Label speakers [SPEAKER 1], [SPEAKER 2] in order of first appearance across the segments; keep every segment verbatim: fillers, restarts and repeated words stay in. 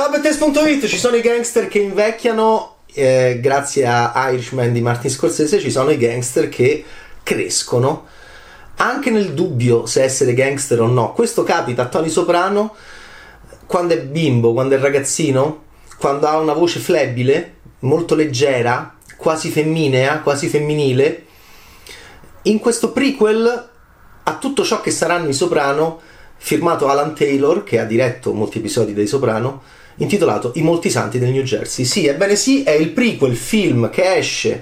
[SPEAKER 1] Ciao Bettes punto it, ci sono i gangster che invecchiano, eh, grazie a Irishman di Martin Scorsese, ci sono i gangster che crescono, anche nel dubbio se essere gangster o no. Questo capita a Tony Soprano quando è bimbo, quando è ragazzino, quando ha una voce flebile, molto leggera, quasi femminea, quasi femminile. In questo prequel a tutto ciò che saranno i Soprano, firmato Alan Taylor, che ha diretto molti episodi dei Soprano, intitolato I Molti Santi del New Jersey. Sì, ebbene sì, è il prequel film che esce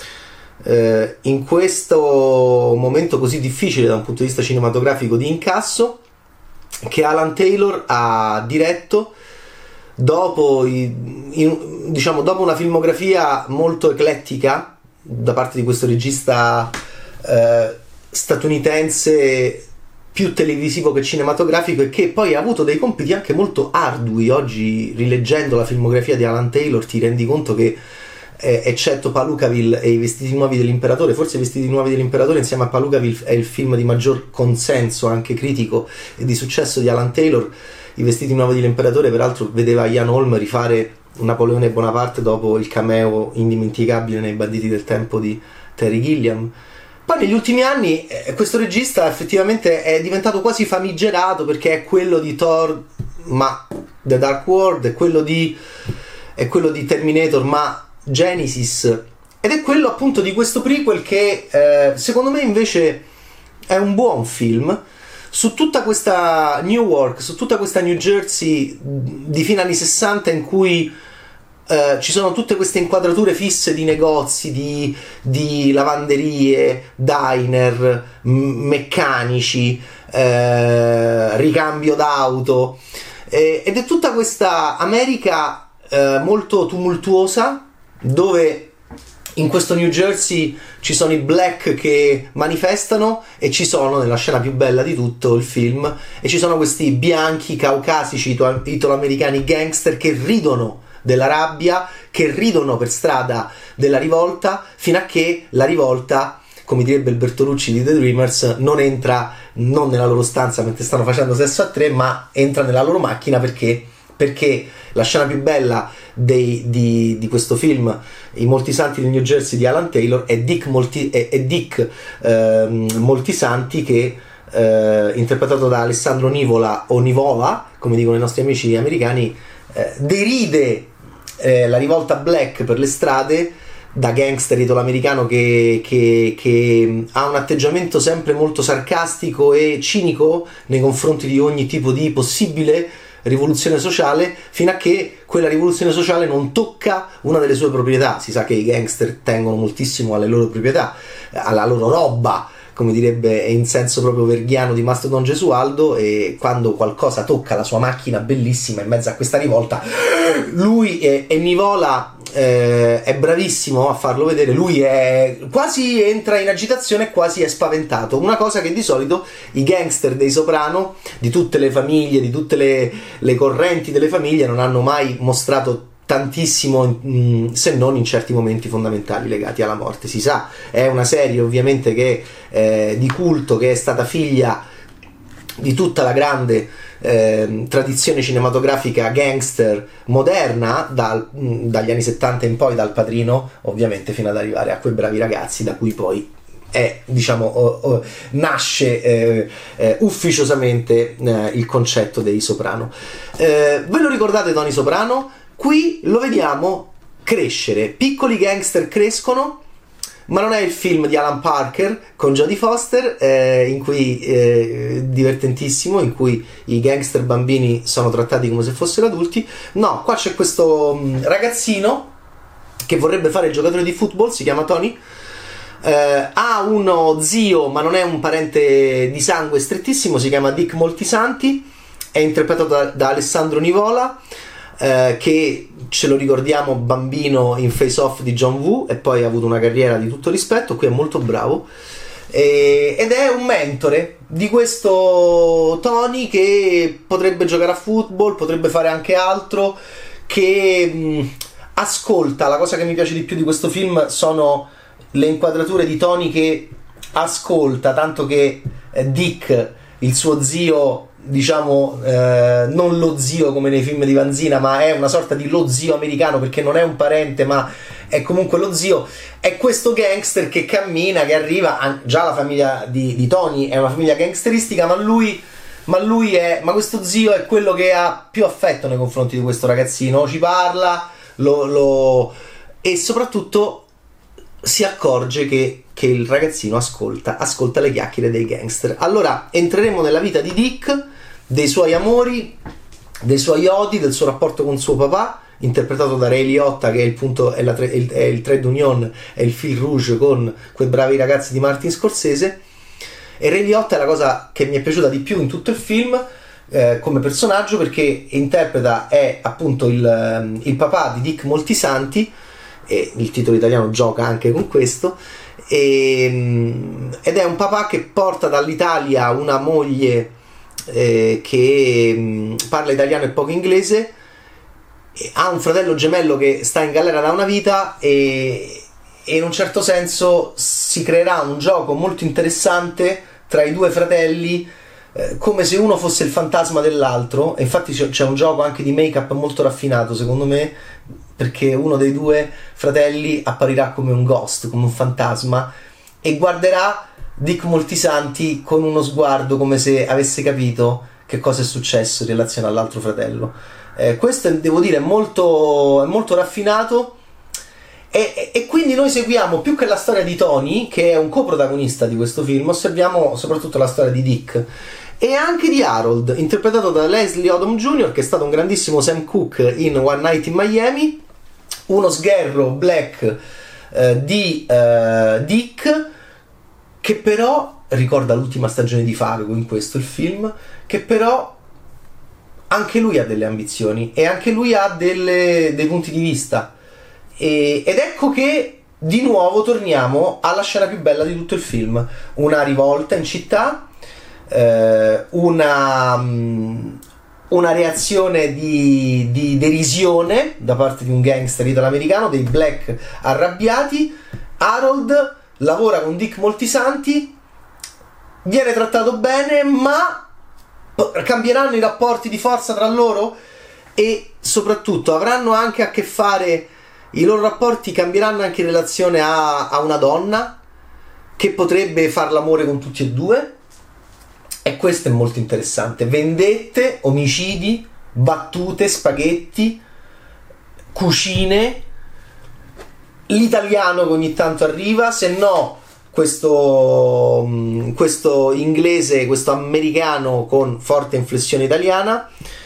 [SPEAKER 1] eh, in questo momento così difficile da un punto di vista cinematografico di incasso, che Alan Taylor ha diretto dopo, i, in, diciamo, dopo una filmografia molto eclettica da parte di questo regista eh, statunitense, più televisivo che cinematografico, e che poi ha avuto dei compiti anche molto ardui. Oggi, rileggendo la filmografia di Alan Taylor, ti rendi conto che eh, eccetto Palookaville e I Vestiti Nuovi dell'Imperatore, forse I Vestiti Nuovi dell'Imperatore insieme a Palookaville è il film di maggior consenso anche critico e di successo di Alan Taylor. I Vestiti Nuovi dell'Imperatore peraltro vedeva Ian Holm rifare Napoleone Bonaparte dopo il cameo indimenticabile nei Banditi del Tempo di Terry Gilliam. Poi negli ultimi anni eh, questo regista effettivamente è diventato quasi famigerato, perché è quello di Thor ma The Dark World, è quello di, è quello di Terminator ma Genesis, ed è quello appunto di questo prequel che eh, secondo me invece è un buon film su tutta questa New York, su tutta questa New Jersey di fine anni sessanta, in cui Uh, ci sono tutte queste inquadrature fisse di negozi, di, di lavanderie, diner, m- meccanici, uh, ricambio d'auto, eh, ed è tutta questa America uh, molto tumultuosa, dove in questo New Jersey ci sono i black che manifestano, e ci sono, nella scena più bella di tutto il film, e ci sono questi bianchi caucasici ito- italo-americani gangster che ridono della rabbia, che ridono per strada della rivolta, fino a che la rivolta, come direbbe il Bertolucci di The Dreamers, non entra non nella loro stanza mentre stanno facendo sesso a tre, ma entra nella loro macchina. Perché? Perché la scena più bella dei, di, di questo film, I Molti Santi del New Jersey di Alan Taylor, è Dick, Molti, è, è Dick eh, Moltisanti, che eh, interpretato da Alessandro Nivola o Nivola, come dicono i nostri amici americani, eh, deride Eh, la rivolta black per le strade, da gangster italo-americano che, che, che ha un atteggiamento sempre molto sarcastico e cinico nei confronti di ogni tipo di possibile rivoluzione sociale, fino a che quella rivoluzione sociale non tocca una delle sue proprietà. Si sa che i gangster tengono moltissimo alle loro proprietà, alla loro roba, come direbbe in senso proprio verghiano di Mastodon Gesualdo, e quando qualcosa tocca la sua macchina bellissima in mezzo a questa rivolta, lui e, e Nivola eh, è bravissimo a farlo vedere, lui è quasi entra in agitazione, quasi è spaventato, una cosa che di solito i gangster dei Soprano, di tutte le famiglie, di tutte le, le correnti delle famiglie, non hanno mai mostrato tantissimo, mh, se non in certi momenti fondamentali legati alla morte. Si sa, è una serie ovviamente che eh, di culto, che è stata figlia di tutta la grande eh, tradizione cinematografica gangster moderna, dal, mh, dagli anni settanta in poi, dal Padrino ovviamente, fino ad arrivare a Quei Bravi Ragazzi, da cui poi è, diciamo, oh, oh, nasce eh, eh, ufficiosamente eh, il concetto dei Soprano. Eh, ve lo ricordate Tony Soprano? Qui lo vediamo crescere, piccoli gangster crescono, ma non è il film di Alan Parker con Jodie Foster, eh, in cui eh, divertentissimo, in cui i gangster bambini sono trattati come se fossero adulti. No, qua c'è questo mh, ragazzino che vorrebbe fare il giocatore di football, si chiama Tony, eh, ha uno zio ma non è un parente di sangue strettissimo, si chiama Dick Moltisanti, è interpretato da, da Alessandro Nivola, Eh, che ce lo ricordiamo bambino in Face Off di John Woo, e poi ha avuto una carriera di tutto rispetto. Qui è molto bravo, e, ed è un mentore di questo Tony, che potrebbe giocare a football, potrebbe fare anche altro, che mh, ascolta. La cosa che mi piace di più di questo film sono le inquadrature di Tony che ascolta, tanto che eh, Dick, il suo zio, diciamo eh, non lo zio come nei film di Vanzina, ma è una sorta di lo zio americano, perché non è un parente ma è comunque lo zio. È questo gangster che cammina, che arriva, già la famiglia di, di Tony è una famiglia gangsteristica, ma lui ma lui è ma questo zio è quello che ha più affetto nei confronti di questo ragazzino, ci parla, lo, lo e soprattutto si accorge che, che il ragazzino ascolta ascolta le chiacchiere dei gangster. Allora entreremo nella vita di Dick, dei suoi amori, dei suoi odi, del suo rapporto con suo papà, interpretato da Ray Liotta, che è il punto, è, la, è, il, è il trade union, è il fil rouge con quei bravi ragazzi di Martin Scorsese. E Ray Liotta è la cosa che mi è piaciuta di più in tutto il film eh, come personaggio, perché interpreta, è appunto il, il papà di Dick Moltisanti, e il titolo italiano gioca anche con questo, e, ed è un papà che porta dall'Italia una moglie eh, che mh, parla italiano e poco inglese, e ha un fratello gemello che sta in galera da una vita, e, e in un certo senso si creerà un gioco molto interessante tra i due fratelli, eh, come se uno fosse il fantasma dell'altro. E infatti c'è, c'è un gioco anche di make-up molto raffinato secondo me, perché uno dei due fratelli apparirà come un ghost, come un fantasma, e guarderà Dick Moltisanti con uno sguardo come se avesse capito che cosa è successo in relazione all'altro fratello. Eh, questo è, devo dire, è molto, è molto raffinato. E, e quindi noi seguiamo, più che la storia di Tony, che è un coprotagonista di questo film, osserviamo soprattutto la storia di Dick e anche di Harold, interpretato da Leslie Odom Junior, che è stato un grandissimo Sam Cooke in One Night in Miami, uno sgherro black eh, di eh, Dick, che però ricorda l'ultima stagione di Fargo in questo il film, che però anche lui ha delle ambizioni e anche lui ha delle, dei punti di vista. E, ed ecco che di nuovo torniamo alla scena più bella di tutto il film: una rivolta in città, eh, una, um, una reazione di, di derisione da parte di un gangster italoamericano, dei black arrabbiati. Harold lavora con Dick Moltisanti, viene trattato bene, ma cambieranno i rapporti di forza tra loro, e soprattutto avranno anche a che fare, i loro rapporti cambieranno anche in relazione a, a una donna che potrebbe far l'amore con tutti e due, e questo è molto interessante. Vendette, omicidi, battute, spaghetti, cucine, l'italiano che ogni tanto arriva, se no questo, questo inglese, questo americano con forte inflessione italiana,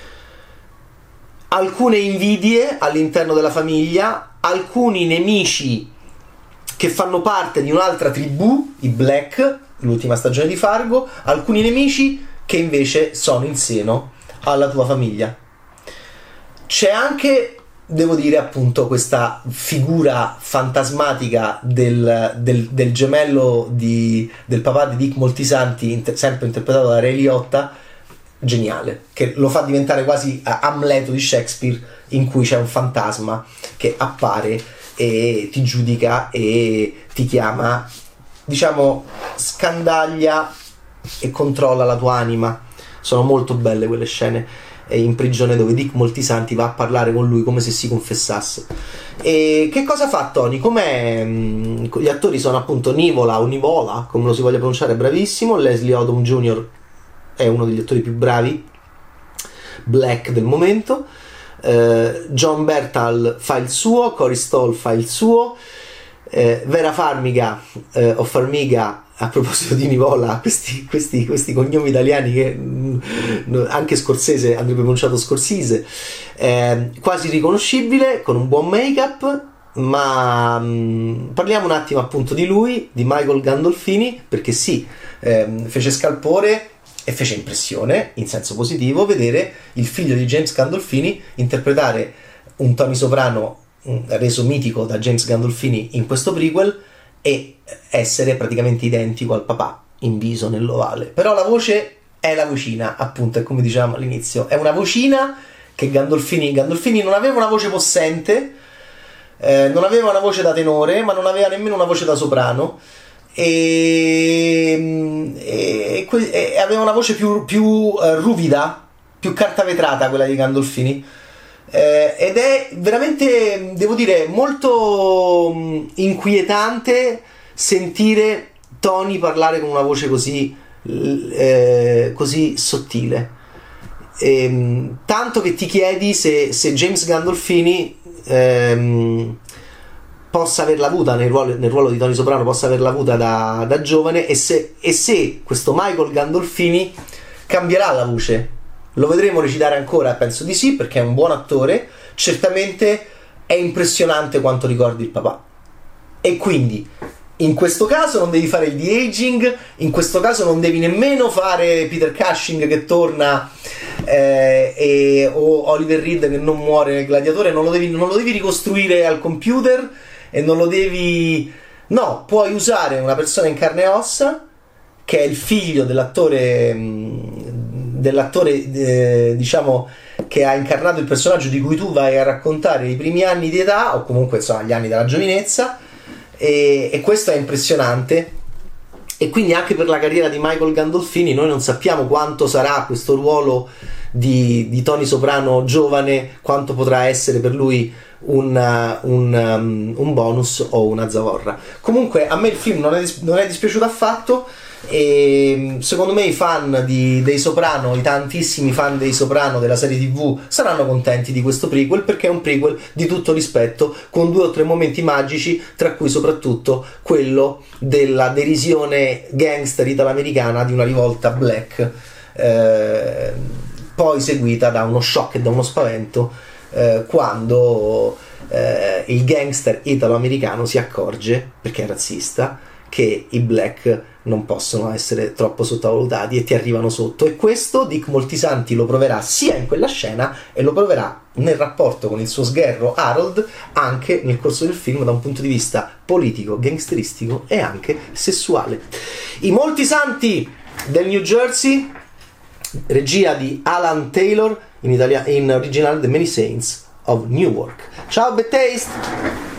[SPEAKER 1] alcune invidie all'interno della famiglia, alcuni nemici che fanno parte di un'altra tribù, i Black, l'ultima stagione di Fargo, alcuni nemici che invece sono in seno alla tua famiglia. C'è anche, devo dire, appunto, questa figura fantasmatica del, del, del gemello di, del papà di Dick Moltisanti, inter, sempre interpretato da Ray Liotta, geniale, che lo fa diventare quasi Amleto di Shakespeare, in cui c'è un fantasma che appare e ti giudica e ti chiama, diciamo, scandaglia e controlla la tua anima. Sono molto belle quelle scene in prigione dove Dick Moltisanti va a parlare con lui come se si confessasse. E che cosa fa Tony? Com'è? Gli attori sono appunto Nivola o Nivola, come lo si voglia pronunciare, bravissimo. Leslie Odom Junior è uno degli attori più bravi black del momento. uh, John Bertal fa il suo, Corey Stoll fa il suo, uh, Vera Farmiga uh, o Farmiga, a proposito di Nivola, questi, questi, questi cognomi italiani che mh, anche Scorsese andrebbe pronunciato Scorsese, eh, quasi riconoscibile, con un buon make-up. Ma mh, parliamo un attimo appunto di lui, di Michael Gandolfini, perché sì, ehm, fece scalpore e fece impressione in senso positivo vedere il figlio di James Gandolfini interpretare un Tony Soprano reso mitico da James Gandolfini in questo prequel e essere praticamente identico al papà in viso nell'ovale. Però la voce è la vocina, appunto, è come dicevamo all'inizio, è una vocina che Gandolfini Gandolfini non aveva una voce possente, eh, non aveva una voce da tenore, ma non aveva nemmeno una voce da soprano, e, e, e aveva una voce più, più uh, ruvida, più carta vetrata quella di Gandolfini, eh, ed è veramente, devo dire, molto um, inquietante sentire Tony parlare con una voce così, eh, così sottile, e, tanto che ti chiedi se, se James Gandolfini ehm, possa averla avuta nel ruolo, nel ruolo di Tony Soprano, possa averla avuta da, da giovane, e se, e se questo Michael Gandolfini cambierà la voce. Lo vedremo recitare ancora? Penso di sì, perché è un buon attore. Certamente è impressionante quanto ricordi il papà, e quindi in questo caso non devi fare il de-aging, in questo caso non devi nemmeno fare Peter Cushing che torna, eh, e, o Oliver Reed che non muore nel Gladiatore. Non lo devi, non lo devi ricostruire al computer, e non lo devi... No, puoi usare una persona in carne e ossa, che è il figlio dell'attore, dell'attore eh, diciamo, che ha incarnato il personaggio di cui tu vai a raccontare i primi anni di età, o comunque insomma gli anni della giovinezza. E, e questo è impressionante, e quindi anche per la carriera di Michael Gandolfini noi non sappiamo quanto sarà questo ruolo di, di Tony Soprano giovane, quanto potrà essere per lui un, un, um, un bonus o una zavorra. Comunque a me il film non è, non è dispiaciuto affatto, e secondo me i fan di, dei Soprano, i tantissimi fan dei Soprano della serie tv, saranno contenti di questo prequel, perché è un prequel di tutto rispetto, con due o tre momenti magici, tra cui soprattutto quello della derisione gangster italo-americana di una rivolta black, eh, poi seguita da uno shock e da uno spavento eh, quando eh, il gangster italo-americano si accorge, perché è razzista, che i black non possono essere troppo sottovalutati e ti arrivano sotto. E questo Dick Moltisanti lo proverà sia in quella scena, e lo proverà nel rapporto con il suo sgherro Harold, anche nel corso del film, da un punto di vista politico, gangsteristico e anche sessuale. I Moltisanti del New Jersey, regia di Alan Taylor, in, italia- in originale The Many Saints of Newark. Ciao Bad Taste!